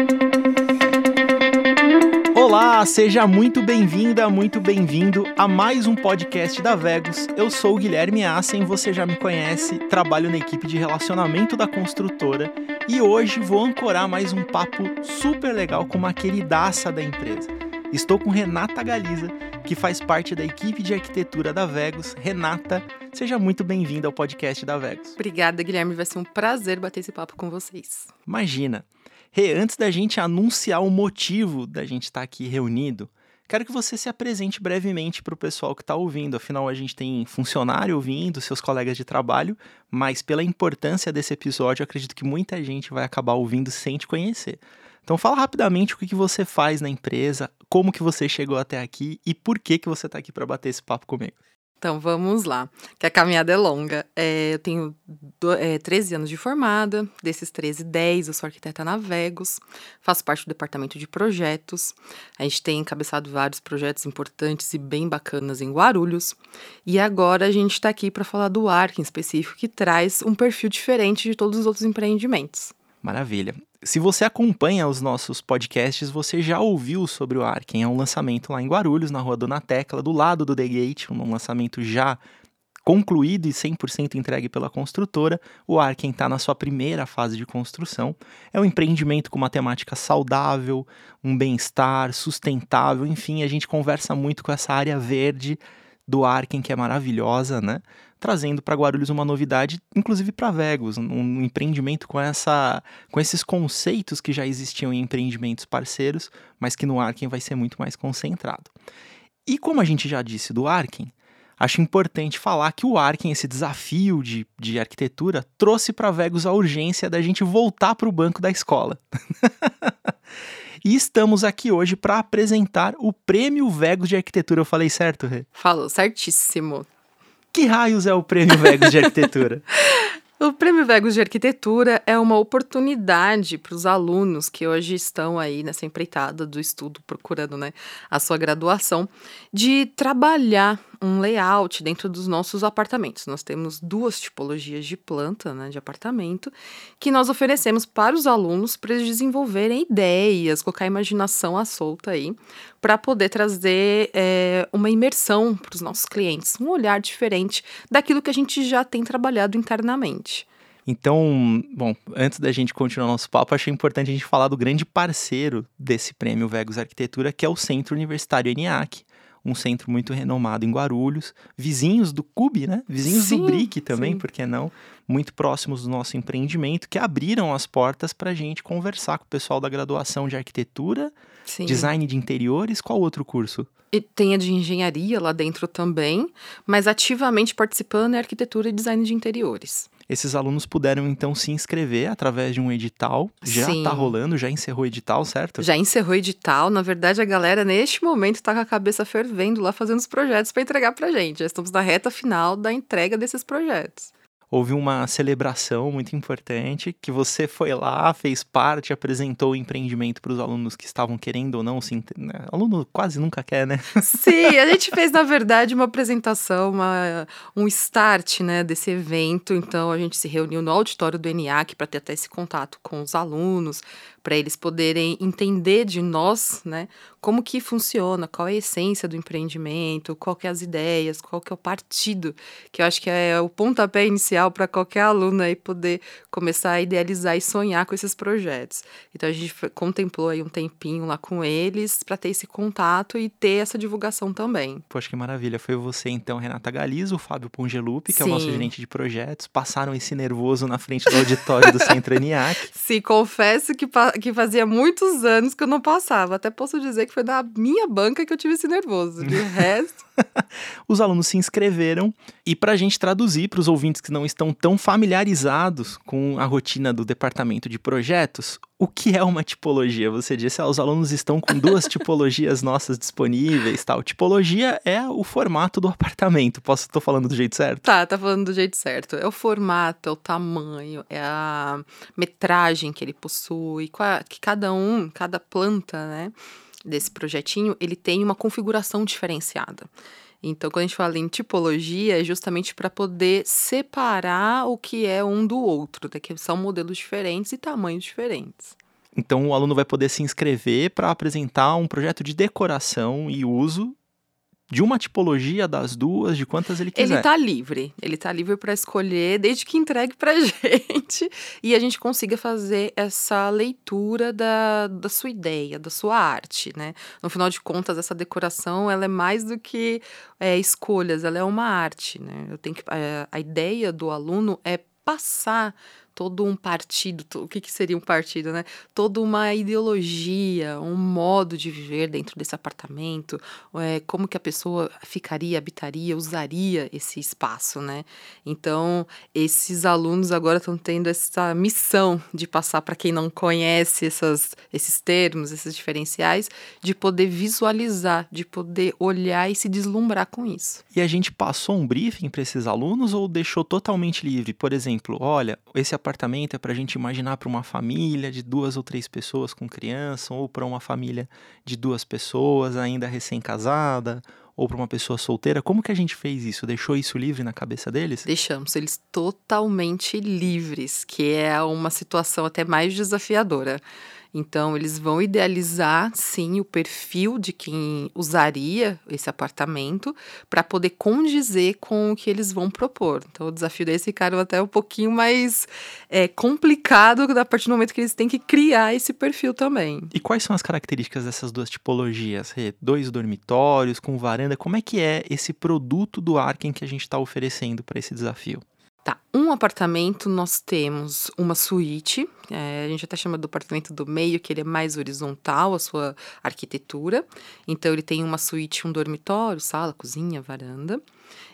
Olá, seja muito bem-vinda, muito bem-vindo a mais um podcast da Vegos. Eu sou o Guilherme Assen, você já me conhece, trabalho na equipe de relacionamento da construtora e hoje vou ancorar mais um papo super legal com uma queridaça da empresa. Estou com Renata Galiza, que faz parte da equipe de arquitetura da Vegos. Renata, seja muito bem-vinda ao podcast da Vegos. Obrigada, Guilherme, vai ser um prazer bater esse papo com vocês. Imagina! Rê, antes da gente anunciar o motivo da gente estar aqui reunido, quero que você se apresente brevemente para o pessoal que está ouvindo. Afinal, a gente tem funcionário ouvindo, seus colegas de trabalho, mas pela importância desse episódio, eu acredito que muita gente vai acabar ouvindo sem te conhecer. Então fala rapidamente o que você faz na empresa, como que você chegou até aqui e por que você está aqui para bater esse papo comigo. Então, vamos lá, que a caminhada é longa. Eu tenho 13 anos de formada, desses 13, 10 eu sou arquiteta na Vegos, faço parte do departamento de projetos. A gente tem encabeçado vários projetos importantes e bem bacanas em Guarulhos. E agora a gente está aqui para falar do Arc em específico, que traz um perfil diferente de todos os outros empreendimentos. Maravilha. Se você acompanha os nossos podcasts, você já ouviu sobre o Arken. É um lançamento lá em Guarulhos, na Rua Dona Tecla, do lado do The Gate, um lançamento já concluído e 100% entregue pela construtora. O Arken está na sua primeira fase de construção. É um empreendimento com uma temática saudável, um bem-estar, sustentável, enfim, a gente conversa muito com essa área verde do Arken, que é maravilhosa, né? Trazendo para Guarulhos uma novidade, inclusive para Vegos, um empreendimento com esses conceitos que já existiam em empreendimentos parceiros, mas que no Arken vai ser muito mais concentrado. E como a gente já disse do Arken, acho importante falar que o Arken, esse desafio de arquitetura, trouxe para Vegos a urgência da gente voltar para o banco da escola. E estamos aqui hoje para apresentar o Prêmio Vegos de Arquitetura. Eu falei certo, Rê? Falou, certíssimo. Que raios é o Prêmio Vegos de Arquitetura? O Prêmio Vegos de Arquitetura é uma oportunidade para os alunos que hoje estão aí nessa empreitada do estudo, procurando, né, a sua graduação, de trabalhar um layout dentro dos nossos apartamentos. Nós temos 2 tipologias de planta, né, de apartamento, que nós oferecemos para os alunos para eles desenvolverem ideias, colocar a imaginação à solta aí, para poder trazer uma imersão para os nossos clientes, um olhar diferente daquilo que a gente já tem trabalhado internamente. Então, bom, antes da gente continuar nosso papo, achei importante a gente falar do grande parceiro desse Prêmio Vegos Arquitetura, que é o Centro Universitário ENIAC, um centro muito renomado em Guarulhos, vizinhos do CUB, né? Vizinhos do BRIC também, por que não? Muito próximos do nosso empreendimento, que abriram as portas para a gente conversar com o pessoal da graduação de arquitetura, design de interiores. Qual outro curso? E tem a de engenharia lá dentro também, mas ativamente participando é arquitetura e design de interiores. Esses alunos puderam, então, se inscrever através de um edital. Já está rolando, já encerrou o edital, certo? Já encerrou o edital. Na verdade, a galera, neste momento, está com a cabeça fervendo lá, fazendo os projetos para entregar para a gente. Já estamos na reta final da entrega desses projetos. Houve uma celebração muito importante, que você foi lá, fez parte, apresentou o empreendimento para os alunos que estavam querendo ou não. Aluno quase nunca quer, né? Sim, a gente fez, na verdade, uma apresentação, um start, né, desse evento. Então, a gente se reuniu no auditório do ENIAC para ter até esse contato com os alunos, para eles poderem entender de nós, né, como que funciona, qual é a essência do empreendimento, qual que é as ideias, qual que é o partido, que eu acho que é o pontapé inicial para qualquer aluno aí poder começar a idealizar e sonhar com esses projetos. Então, a gente contemplou aí um tempinho lá com eles para ter esse contato e ter essa divulgação também. Poxa, que maravilha. Foi você, então, Renata Galiza, o Fábio Pongelupi, que é o nosso gerente de projetos, passaram esse nervoso na frente do auditório do Centro ENIAC. Sim, confesso que fazia muitos anos que eu não passava. Até posso dizer que foi da minha banca que eu tive esse nervoso. De resto... Os alunos se inscreveram e para a gente traduzir para os ouvintes que não estão tão familiarizados com a rotina do departamento de projetos, o que é uma tipologia? Você disse, os alunos estão com 2 tipologias nossas disponíveis, tal. Tipologia é o formato do apartamento. Estou falando do jeito certo? Tá falando do jeito certo. É o formato, é o tamanho, é a metragem que ele possui, que cada planta, né, desse projetinho, ele tem uma configuração diferenciada. Então, quando a gente fala em tipologia, é justamente para poder separar o que é um do outro, né? Que são modelos diferentes e tamanhos diferentes. Então o aluno vai poder se inscrever para apresentar um projeto de decoração e uso de uma tipologia, das duas, de quantas ele quiser. Ele tá livre para escolher, desde que entregue pra gente e a gente consiga fazer essa leitura da sua ideia, da sua arte, né? No final de contas, essa decoração, ela é mais do que escolhas, ela é uma arte, né? A ideia do aluno é passar todo um partido, o que seria um partido, né? Toda uma ideologia, um modo de viver dentro desse apartamento, como que a pessoa ficaria, habitaria, usaria esse espaço, né? Então, esses alunos agora estão tendo essa missão de passar para quem não conhece esses termos, esses diferenciais, de poder visualizar, de poder olhar e se deslumbrar com isso. E a gente passou um briefing para esses alunos ou deixou totalmente livre? Por exemplo, olha, esse apartamento é para a gente imaginar para uma família de 2 ou 3 pessoas com criança, ou para uma família de 2 pessoas ainda recém-casada, ou para uma pessoa solteira. Como que a gente fez isso? Deixou isso livre na cabeça deles? Deixamos eles totalmente livres, que é uma situação até mais desafiadora. Então, eles vão idealizar, sim, o perfil de quem usaria esse apartamento para poder condizer com o que eles vão propor. Então, o desafio deles ficaram até um pouquinho mais complicado a partir do momento que eles têm que criar esse perfil também. E quais são as características dessas duas tipologias? 2 dormitórios, com varanda. Como é que é esse produto do Arken que a gente está oferecendo para esse desafio? Tá, um apartamento nós temos uma suíte, a gente até chama do apartamento do meio, que ele é mais horizontal, a sua arquitetura. Então, ele tem uma suíte, um dormitório, sala, cozinha, varanda.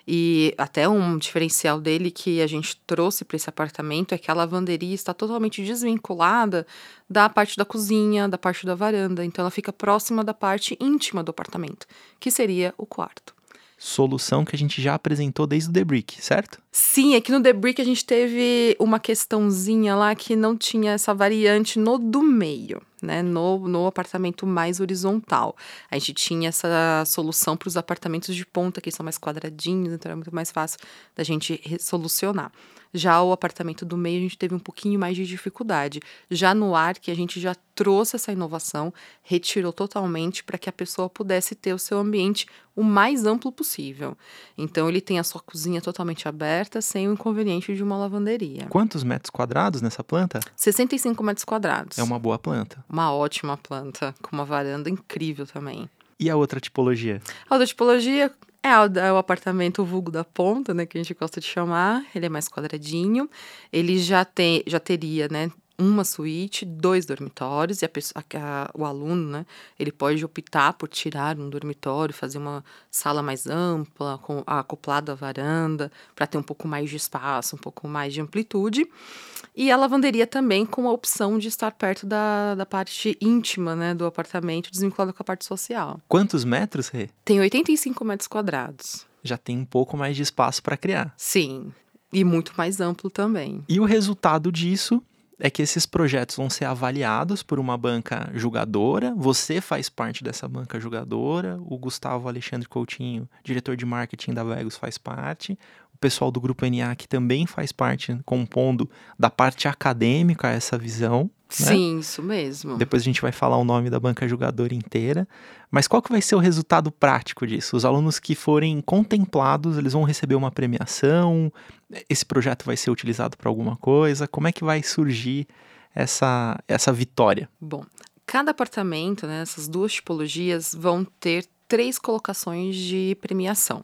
E até um diferencial dele que a gente trouxe para esse apartamento é que a lavanderia está totalmente desvinculada da parte da cozinha, da parte da varanda. Então, ela fica próxima da parte íntima do apartamento, que seria o quarto. Solução que a gente já apresentou desde o The Brick, certo? Sim, aqui no The Brick a gente teve uma questãozinha lá que não tinha essa variante no do meio, né? No apartamento mais horizontal. A gente tinha essa solução para os apartamentos de ponta, que são mais quadradinhos, então era muito mais fácil da gente solucionar. Já o apartamento do meio, a gente teve um pouquinho mais de dificuldade. Já no Arken, a gente já trouxe essa inovação, retirou totalmente para que a pessoa pudesse ter o seu ambiente o mais amplo possível. Então, ele tem a sua cozinha totalmente aberta, sem o inconveniente de uma lavanderia. Quantos metros quadrados nessa planta? 65 metros quadrados. É uma boa planta. Uma ótima planta, com uma varanda incrível também. E a outra tipologia? A outra tipologia é o apartamento vulgo da ponta, né, que a gente gosta de chamar. Ele é mais quadradinho. Ele já teria, né, uma suíte, 2 dormitórios, e o aluno, né, ele pode optar por tirar um dormitório, fazer uma sala mais ampla, acoplada à varanda, para ter um pouco mais de espaço, um pouco mais de amplitude. E a lavanderia também com a opção de estar perto da parte íntima, né, do apartamento, desvinculada com a parte social. Quantos metros, Rê? Tem 85 metros quadrados. Já tem um pouco mais de espaço para criar. Sim, e muito mais amplo também. E o resultado disso é que esses projetos vão ser avaliados por uma banca julgadora. Você faz parte dessa banca julgadora. O Gustavo Alexandre Coutinho, diretor de marketing da Vegos, faz parte. O pessoal do Grupo ENIAC também faz parte, compondo da parte acadêmica essa visão. Né? Sim, isso mesmo. Depois a gente vai falar o nome da banca julgadora inteira. Mas qual que vai ser o resultado prático disso? Os alunos que forem contemplados, eles vão receber uma premiação? Esse projeto vai ser utilizado para alguma coisa? Como é que vai surgir essa vitória? Bom, cada apartamento, né, essas duas tipologias, vão ter 3 colocações de premiação.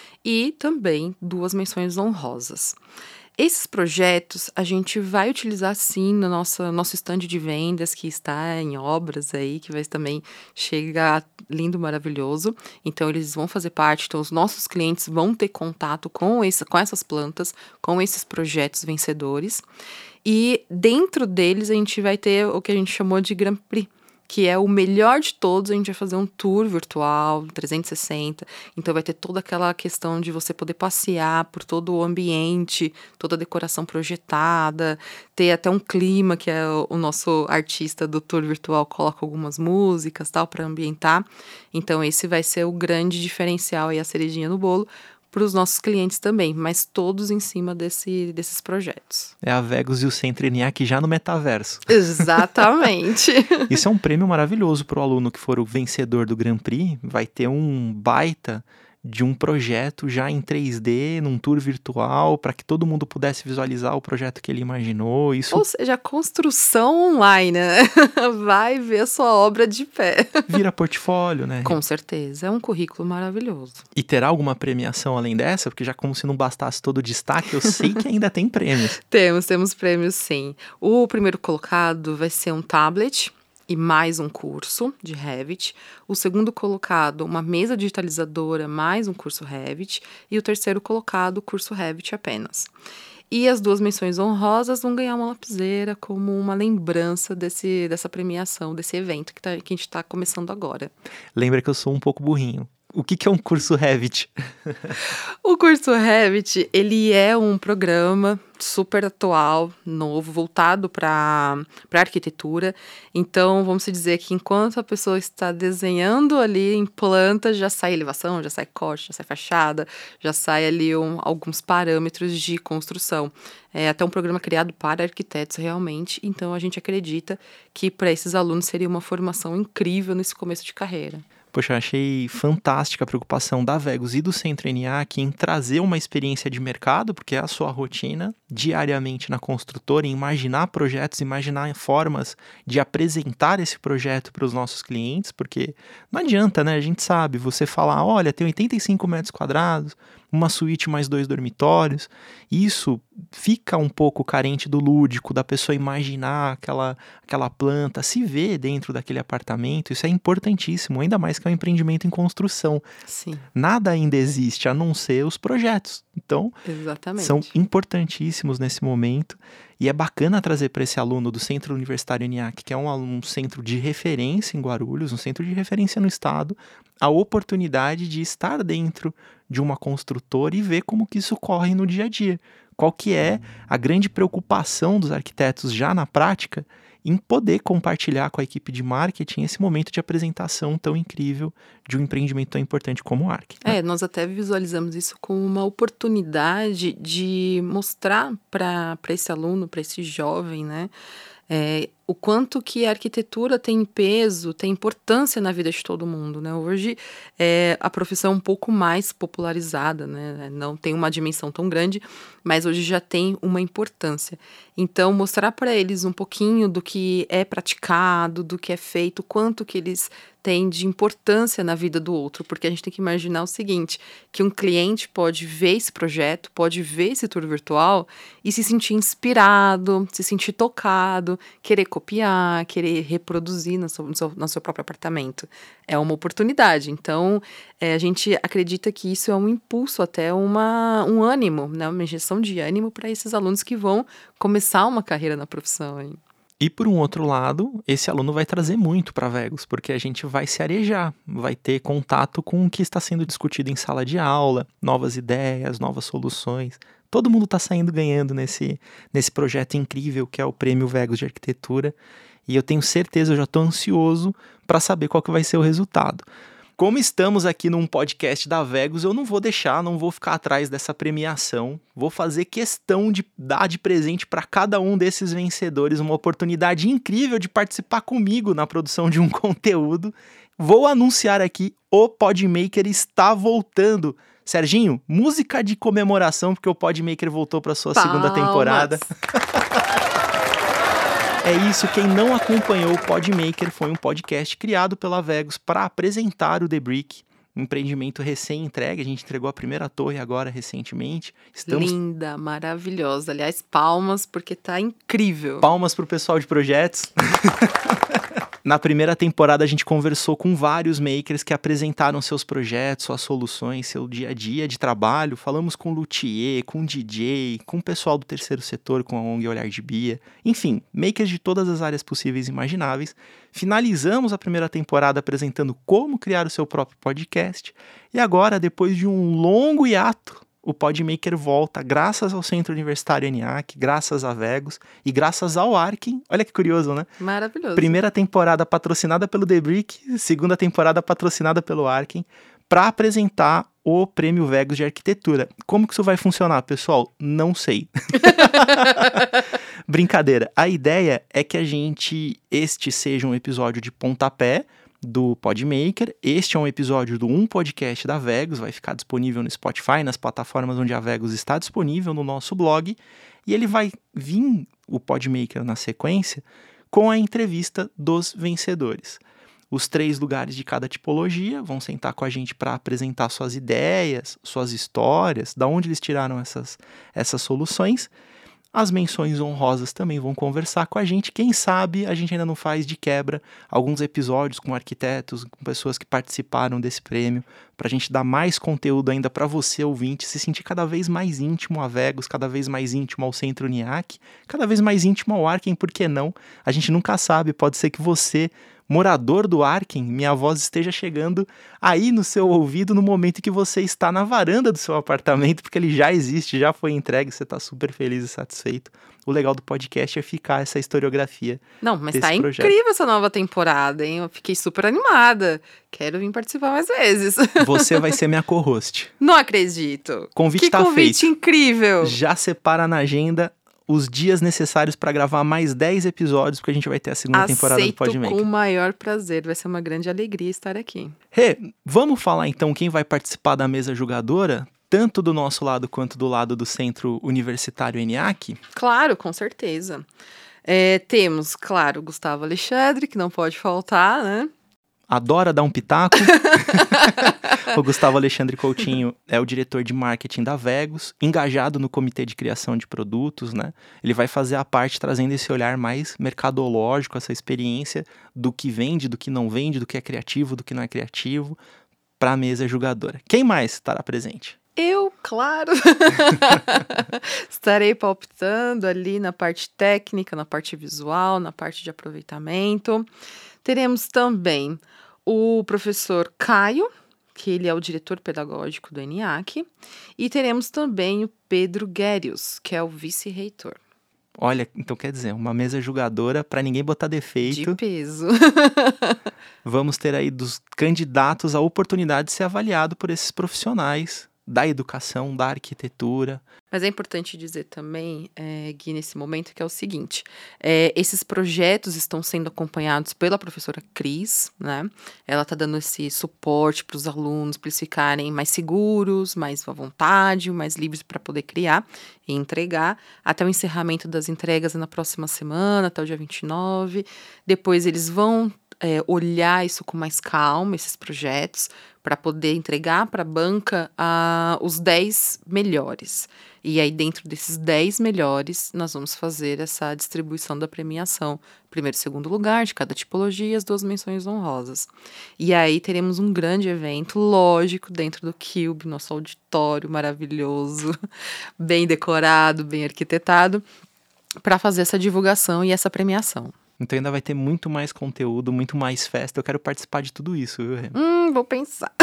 E também 2 menções honrosas. Esses projetos a gente vai utilizar sim no nosso stand de vendas, que está em obras aí, que vai também chegar lindo, maravilhoso. Então, eles vão fazer parte, então os nossos clientes vão ter contato com essas plantas, com esses projetos vencedores. E dentro deles a gente vai ter o que a gente chamou de Grand Prix, que é o melhor de todos. A gente vai fazer um tour virtual 360, então vai ter toda aquela questão de você poder passear por todo o ambiente, toda a decoração projetada, ter até um clima, que é o nosso artista do tour virtual coloca algumas músicas, tal, para ambientar. Então esse vai ser o grande diferencial e a cerejinha no bolo, para os nossos clientes também, mas todos em cima desses projetos. É a Vegos e o Centro ENIAC já no metaverso. Exatamente. Isso é um prêmio maravilhoso para o aluno que for o vencedor do Grand Prix. Vai ter um baita de um projeto já em 3D, num tour virtual, para que todo mundo pudesse visualizar o projeto que ele imaginou. Isso Ou seja, a construção online, né? Vai ver sua obra de pé. vira portfólio, né? Com certeza, é um currículo maravilhoso. E terá alguma premiação além dessa? Porque já como se não bastasse todo o destaque, eu sei que ainda tem prêmios. Temos prêmios sim. O primeiro colocado vai ser um tablet e mais um curso de Revit. O segundo colocado, uma mesa digitalizadora, mais um curso Revit. E o terceiro colocado, curso Revit apenas. E as 2 menções honrosas vão ganhar uma lapiseira como uma lembrança dessa premiação, desse evento que a gente está começando agora. Lembra que eu sou um pouco burrinho. O que é um curso Revit? O curso Revit, ele é um programa super atual, novo, voltado para arquitetura. Então, vamos dizer que enquanto a pessoa está desenhando ali em planta, já sai elevação, já sai corte, já sai fachada, já sai ali alguns parâmetros de construção. É até um programa criado para arquitetos realmente. Então, a gente acredita que para esses alunos seria uma formação incrível nesse começo de carreira. Poxa, eu achei fantástica a preocupação da Vegos e do Centro ENIAC em trazer uma experiência de mercado, porque é a sua rotina diariamente na construtora, em imaginar projetos, imaginar formas de apresentar esse projeto para os nossos clientes, porque não adianta, né? A gente sabe, você falar, olha, tem 85 metros quadrados, uma suíte mais 2 dormitórios, isso fica um pouco carente do lúdico, da pessoa imaginar aquela planta, se ver dentro daquele apartamento. Isso é importantíssimo, ainda mais que é um empreendimento em construção. Sim. Nada ainda existe a não ser os projetos. Então, exatamente, são importantíssimos nesse momento. E é bacana trazer para esse aluno do Centro Universitário ENIAC, que é um centro de referência em Guarulhos, um centro de referência no estado, a oportunidade de estar dentro de uma construtora e ver como que isso corre no dia a dia. Qual que é a grande preocupação dos arquitetos já na prática em poder compartilhar com a equipe de marketing esse momento de apresentação tão incrível de um empreendimento tão importante como o Arc. Né? Nós até visualizamos isso como uma oportunidade de mostrar para esse aluno, para esse jovem, né? O quanto que a arquitetura tem peso, tem importância na vida de todo mundo, né? Hoje a profissão é um pouco mais popularizada, né? Não tem uma dimensão tão grande, mas hoje já tem uma importância. Então, mostrar para eles um pouquinho do que é praticado, do que é feito, quanto que eles têm de importância na vida do outro, porque a gente tem que imaginar o seguinte, que um cliente pode ver esse projeto, pode ver esse tour virtual e se sentir inspirado, se sentir tocado, querer copiar, querer reproduzir no seu próprio apartamento. É uma oportunidade. Então, a gente acredita que isso é um impulso, até um ânimo, né? Uma injeção de ânimo para esses alunos que vão começar uma carreira na profissão. Hein? E por um outro lado, esse aluno vai trazer muito para a Vegos, porque a gente vai se arejar, vai ter contato com o que está sendo discutido em sala de aula, novas ideias, novas soluções. Todo mundo está saindo ganhando nesse projeto incrível que é o Prêmio Vegos de Arquitetura. E eu tenho certeza, eu já estou ansioso para saber qual que vai ser o resultado. Como estamos aqui num podcast da Vegos, eu não vou ficar atrás dessa premiação. Vou fazer questão de dar de presente para cada um desses vencedores uma oportunidade incrível de participar comigo na produção de um conteúdo. Vou anunciar aqui, o Podmaker está voltando. Serginho, música de comemoração, porque o Podmaker voltou para sua segunda temporada. É isso, quem não acompanhou o Podmaker foi um podcast criado pela Vegos para apresentar o The Brick, um empreendimento recém-entregue. A gente entregou a primeira torre agora recentemente. Linda, maravilhosa. Aliás, palmas, porque tá incrível. Palmas pro pessoal de projetos. Na primeira temporada a gente conversou com vários makers que apresentaram seus projetos, suas soluções, seu dia a dia de trabalho. Falamos com luthier, com DJ, com o pessoal do terceiro setor, com a ONG Olhar de Bia. Enfim, makers de todas as áreas possíveis e imagináveis. Finalizamos a primeira temporada apresentando como criar o seu próprio podcast. E agora, depois de um longo hiato, o Podmaker volta graças ao Centro Universitário ENIAC, graças a Vegos e graças ao Arkin. Olha que curioso, né? Maravilhoso. Primeira temporada patrocinada pelo The Brick, segunda temporada patrocinada pelo Arkin, para apresentar o Prêmio Vegos de Arquitetura. Como que isso vai funcionar, pessoal? Não sei. Brincadeira. A ideia é que este seja um episódio de pontapé do Podmaker. Este é um episódio do Um Podcast da Vegos, vai ficar disponível no Spotify, nas plataformas onde a Vegos está disponível, no nosso blog, e ele vai vir, o Podmaker, na sequência, com a entrevista dos vencedores. Os 3 lugares de cada tipologia vão sentar com a gente para apresentar suas ideias, suas histórias, da onde eles tiraram essas soluções. As menções honrosas também vão conversar com a gente. Quem sabe a gente ainda não faz de quebra alguns episódios com arquitetos, com pessoas que participaram desse prêmio, para a gente dar mais conteúdo ainda para você, ouvinte, se sentir cada vez mais íntimo a Vegos, cada vez mais íntimo ao Centro Uniac, cada vez mais íntimo ao Arken, por que não? A gente nunca sabe, pode ser que você, morador do Arken, minha voz esteja chegando aí no seu ouvido no momento em que você está na varanda do seu apartamento, porque ele já existe, já foi entregue, você está super feliz e satisfeito. O legal do podcast é ficar essa historiografia. Não, mas tá incrível essa nova temporada, hein? Eu fiquei super animada. Quero vir participar mais vezes. Você vai ser minha co-host. Não acredito. Convite tá feito. Que convite incrível. Já separa na agenda os dias necessários para gravar mais 10 episódios, porque a gente vai ter a segunda temporada do Podmaker. Aceito com o maior prazer, vai ser uma grande alegria estar aqui. Vamos falar então quem vai participar da mesa julgadora, tanto do nosso lado quanto do lado do Centro Universitário ENIAC? Claro, com certeza. Temos, claro, o Gustavo Alexandre, que não pode faltar, né? Adora dar um pitaco. O Gustavo Alexandre Coutinho é o diretor de marketing da Vegos, engajado no comitê de criação de produtos, né? Ele vai fazer a parte trazendo esse olhar mais mercadológico, essa experiência do que vende, do que não vende, do que é criativo, do que não é criativo, para a mesa julgadora. Quem mais estará presente? Eu, claro. Estarei palpitando ali na parte técnica, na parte visual, na parte de aproveitamento. Teremos também o professor Caio, que ele é o diretor pedagógico do ENIAC, e teremos também o Pedro Guérios, que é o vice-reitor. Olha, então quer dizer, uma mesa julgadora para ninguém botar defeito. De peso. Vamos ter aí dos candidatos a oportunidade de ser avaliado por esses profissionais da educação, da arquitetura. Mas é importante dizer também, Gui, nesse momento, que é o seguinte, esses projetos estão sendo acompanhados pela professora Cris, né? Ela está dando esse suporte para os alunos, para eles ficarem mais seguros, mais à vontade, mais livres para poder criar e entregar, até o encerramento das entregas na próxima semana, até o dia 29. Depois eles vão olhar isso com mais calma, esses projetos, para poder entregar para a banca os 10 melhores. E aí, dentro desses 10 melhores, nós vamos fazer essa distribuição da premiação. Primeiro e segundo lugar de cada tipologia, as 2 menções honrosas. E aí, teremos um grande evento, lógico, dentro do Cube, nosso auditório maravilhoso, bem decorado, bem arquitetado, para fazer essa divulgação e essa premiação. Então ainda vai ter muito mais conteúdo, muito mais festa. Eu quero participar de tudo isso, viu, Rê? Vou pensar.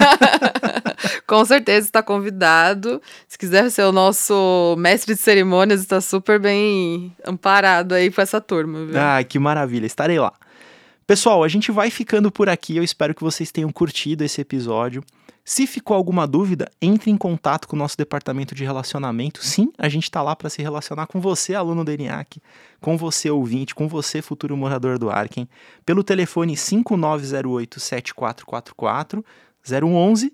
Com certeza está convidado. Se quiser ser o nosso mestre de cerimônias, está super bem amparado aí com essa turma, viu? Ah, que maravilha. Estarei lá. Pessoal, a gente vai ficando por aqui. Eu espero que vocês tenham curtido esse episódio. Se ficou alguma dúvida, entre em contato com o nosso departamento de relacionamento. Sim, a gente está lá para se relacionar com você, aluno do ENIAC, com você, ouvinte, com você, futuro morador do Arken, pelo telefone 5908-7444, 011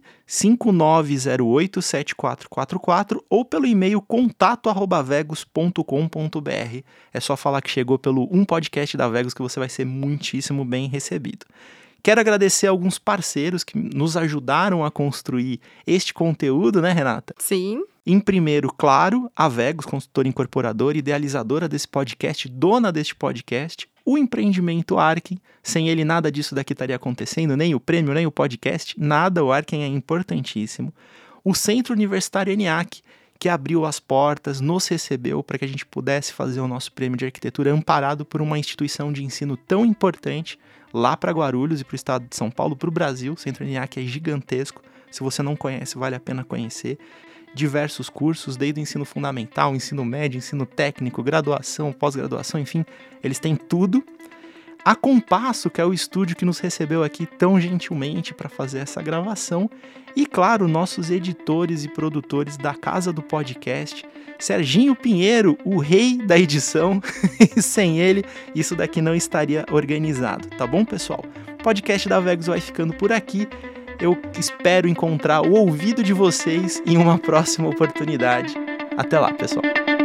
5908-7444 ou pelo e-mail contato@vegos.com.br. É só falar que chegou pelo Um Podcast da Vegos que você vai ser muitíssimo bem recebido. Quero agradecer a alguns parceiros que nos ajudaram a construir este conteúdo, né, Renata? Sim. Em primeiro, claro, a Vegos, consultora incorporadora, idealizadora desse podcast, dona deste podcast, o empreendimento Arken. Sem ele, nada disso daqui estaria acontecendo, nem o prêmio, nem o podcast, nada. O Arken é importantíssimo. O Centro Universitário ENIAC, que abriu as portas, nos recebeu para que a gente pudesse fazer o nosso prêmio de arquitetura amparado por uma instituição de ensino tão importante lá para Guarulhos e para o estado de São Paulo, para o Brasil. O Centro ENIAC é gigantesco. Se você não conhece, vale a pena conhecer. Diversos cursos, desde o ensino fundamental, ensino médio, ensino técnico, graduação, pós-graduação, enfim, eles têm tudo. a Compasso, que é o estúdio que nos recebeu aqui tão gentilmente para fazer essa gravação, e claro, nossos editores e produtores da Casa do Podcast, Serginho Pinheiro, o rei da edição, e sem ele isso daqui não estaria organizado, tá bom, pessoal? O podcast da Vegos vai ficando por aqui. Eu espero encontrar o ouvido de vocês em uma próxima oportunidade. Até lá, pessoal!